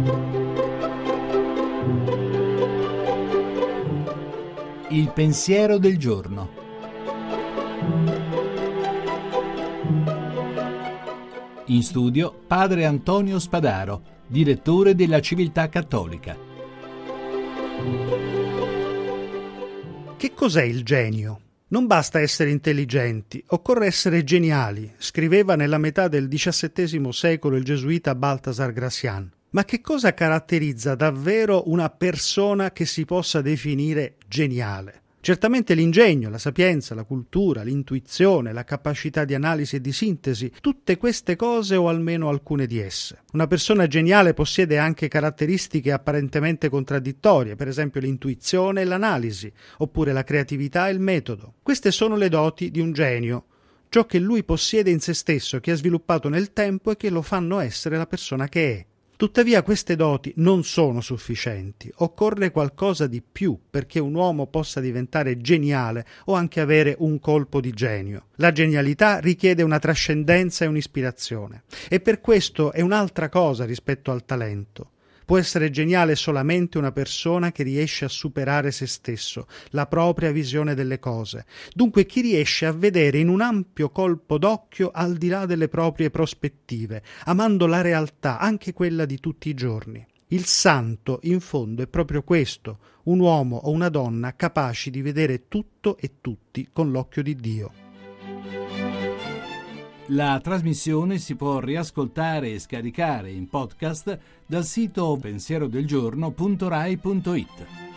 Il pensiero del giorno. In studio padre Antonio Spadaro, direttore della Civiltà Cattolica. Che cos'è il genio? Non basta essere intelligenti, occorre essere geniali, scriveva nella metà del XVII secolo il gesuita Balthasar Gracian. Ma che cosa caratterizza davvero una persona che si possa definire geniale? Certamente l'ingegno, la sapienza, la cultura, l'intuizione, la capacità di analisi e di sintesi, tutte queste cose o almeno alcune di esse. Una persona geniale possiede anche caratteristiche apparentemente contraddittorie, per esempio l'intuizione e l'analisi, oppure la creatività e il metodo. Queste sono le doti di un genio, ciò che lui possiede in se stesso, che ha sviluppato nel tempo e che lo fanno essere la persona che è. Tuttavia queste doti non sono sufficienti, occorre qualcosa di più perché un uomo possa diventare geniale o anche avere un colpo di genio. La genialità richiede una trascendenza e un'ispirazione e per questo è un'altra cosa rispetto al talento. Può essere geniale solamente una persona che riesce a superare se stesso, la propria visione delle cose. Dunque chi riesce a vedere in un ampio colpo d'occhio al di là delle proprie prospettive, amando la realtà, anche quella di tutti i giorni. Il santo, in fondo, è proprio questo, un uomo o una donna capaci di vedere tutto e tutti con l'occhio di Dio. La trasmissione si può riascoltare e scaricare in podcast dal sito pensierodelgiorno.rai.it.